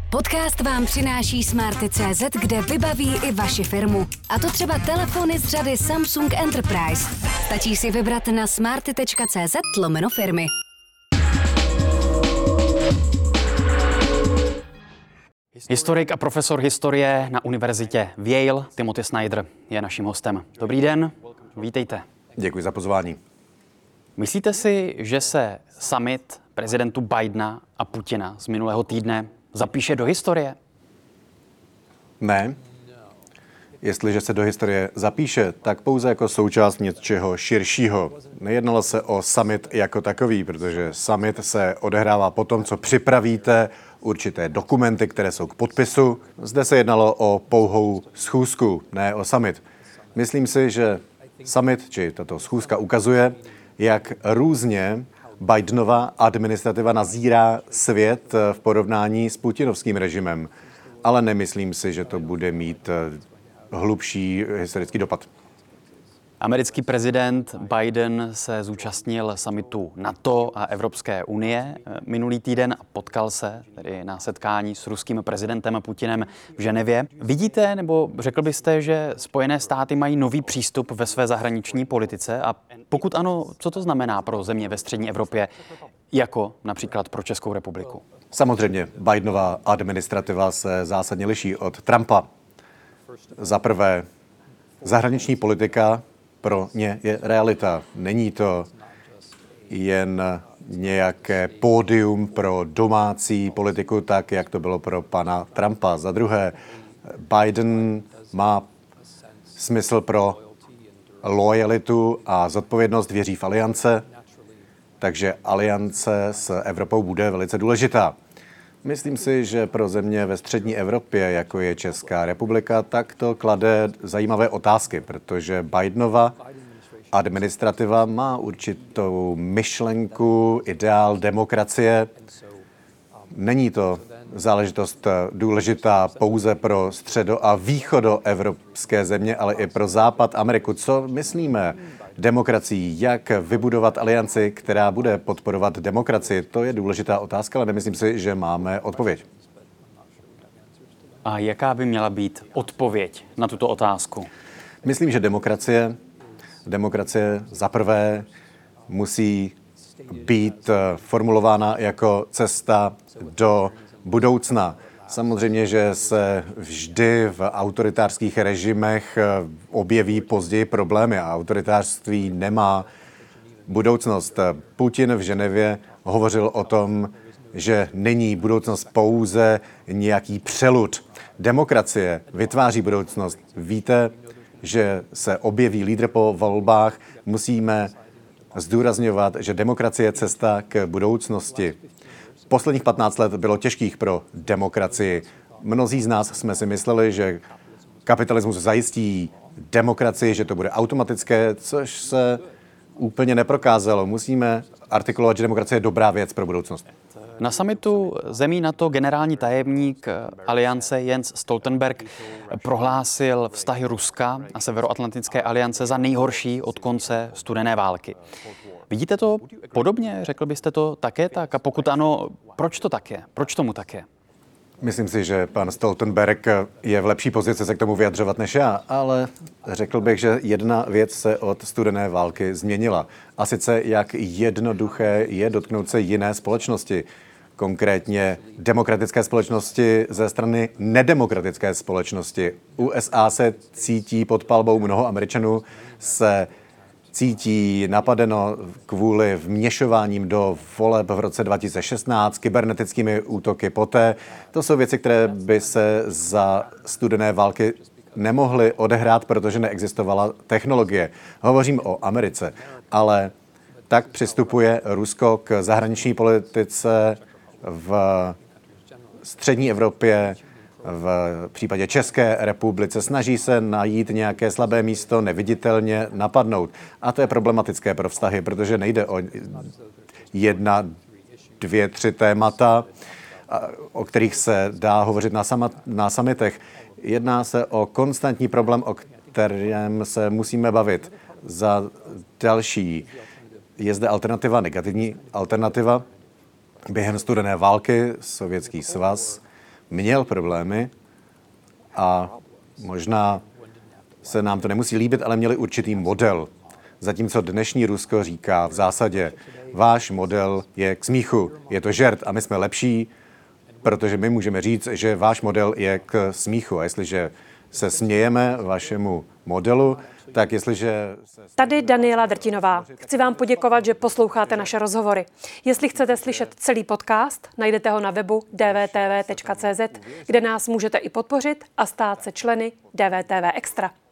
Podcast vám přináší Smarty.cz, kde vybaví i vaši firmu. A to třeba telefony z řady Samsung Enterprise. Stačí si vybrat na smarty.cz/firmy. Historik a profesor historie na univerzitě v Yale, Timothy Snyder, je naším hostem. Dobrý den, vítejte. Děkuji za pozvání. Myslíte si, že se summit prezidentu Bidena a Putina z minulého týdne zapíše do historie? Ne. Jestliže se do historie zapíše, tak pouze jako součást něčeho širšího. Nejednalo se o summit jako takový, protože summit se odehrává po tom, co připravíte určité dokumenty, které jsou k podpisu. Zde se jednalo o pouhou schůzku, ne o summit. Myslím si, že summit, či tato schůzka ukazuje, jak různě Bidenova administrativa nazírá svět v porovnání s putinovským režimem. Ale nemyslím si, že to bude mít hlubší historický dopad. Americký prezident Biden se zúčastnil summitu NATO a Evropské unie minulý týden a potkal se tedy na setkání s ruským prezidentem Putinem v Ženevě. Vidíte, nebo řekl byste, že Spojené státy mají nový přístup ve své zahraniční politice? A pokud ano, co to znamená pro země ve střední Evropě, jako například pro Českou republiku? Samozřejmě, Bidenova administrativa se zásadně liší od Trumpa. Za prvé, zahraniční politika pro ně je realita. Není to jen nějaké pódium pro domácí politiku, tak jak to bylo pro pana Trumpa. Za druhé, Biden má smysl pro lojalitu a zodpovědnost, věří v aliance, takže aliance s Evropou bude velice důležitá. Myslím si, že pro země ve střední Evropě, jako je Česká republika, tak to klade zajímavé otázky, protože Bidenova administrativa má určitou myšlenku, ideál demokracie. Není to záležitost důležitá pouze pro středo- a východoevropské země, ale i pro západ Ameriku. Co myslíme demokracií? Jak vybudovat alianci, která bude podporovat demokracii? To je důležitá otázka, ale nemyslím si, že máme odpověď. A jaká by měla být odpověď na tuto otázku? Myslím, že demokracie za prvé musí být formulována jako cesta do budoucna. Samozřejmě, že se vždy v autoritářských režimech objeví později problémy a autoritářství nemá budoucnost. Putin v Ženevě hovořil o tom, že není budoucnost pouze nějaký přelud. Demokracie vytváří budoucnost. Víte, že se objeví lídr po volbách, musíme zdůrazňovat, že demokracie je cesta k budoucnosti. Posledních 15 let bylo těžkých pro demokracii. Mnozí z nás jsme si mysleli, že kapitalismus zajistí demokracii, že to bude automatické, což se úplně neprokázalo. Musíme artikulovat, že demokracie je dobrá věc pro budoucnost. Na summitu zemí NATO generální tajemník aliance Jens Stoltenberg prohlásil vztahy Ruska a Severoatlantické aliance za nejhorší od konce studené války. Vidíte to podobně? Řekl byste to také tak? A pokud ano, proč to tak je? Proč tomu tak je? Myslím si, že pan Stoltenberg je v lepší pozici se k tomu vyjadřovat než já, ale řekl bych, že jedna věc se od studené války změnila. A sice, jak jednoduché je dotknout se jiné společnosti. Konkrétně demokratické společnosti ze strany nedemokratické společnosti. USA se cítí pod palbou, mnoho Američanů se cítí napadeno kvůli vměšováním do voleb v roce 2016, kybernetickými útoky poté. To jsou věci, které by se za studené války nemohly odehrát, protože neexistovala technologie. Hovořím o Americe, ale tak přistupuje Rusko k zahraniční politice v střední Evropě, v případě České republice. Snaží se najít nějaké slabé místo, neviditelně napadnout. A to je problematické pro vztahy, protože nejde o 1, 2, 3 témata, o kterých se dá hovořit na summitech. Jedná se o konstantní problém, o kterém se musíme bavit. Za další je zde alternativa, negativní alternativa. Během studené války Sovětský svaz měl problémy a možná se nám to nemusí líbit, ale měli určitý model. Zatímco dnešní Rusko říká v zásadě, váš model je k smíchu, je to žert a my jsme lepší, protože my můžeme říct, že váš model je k smíchu. A jestliže se smějeme vašemu modelu, tak jestliže... Tady Daniela Drtinová. Chci vám poděkovat, že posloucháte naše rozhovory. Jestli chcete slyšet celý podcast, najdete ho na webu dvtv.cz, kde nás můžete i podpořit a stát se členy DVTV Extra.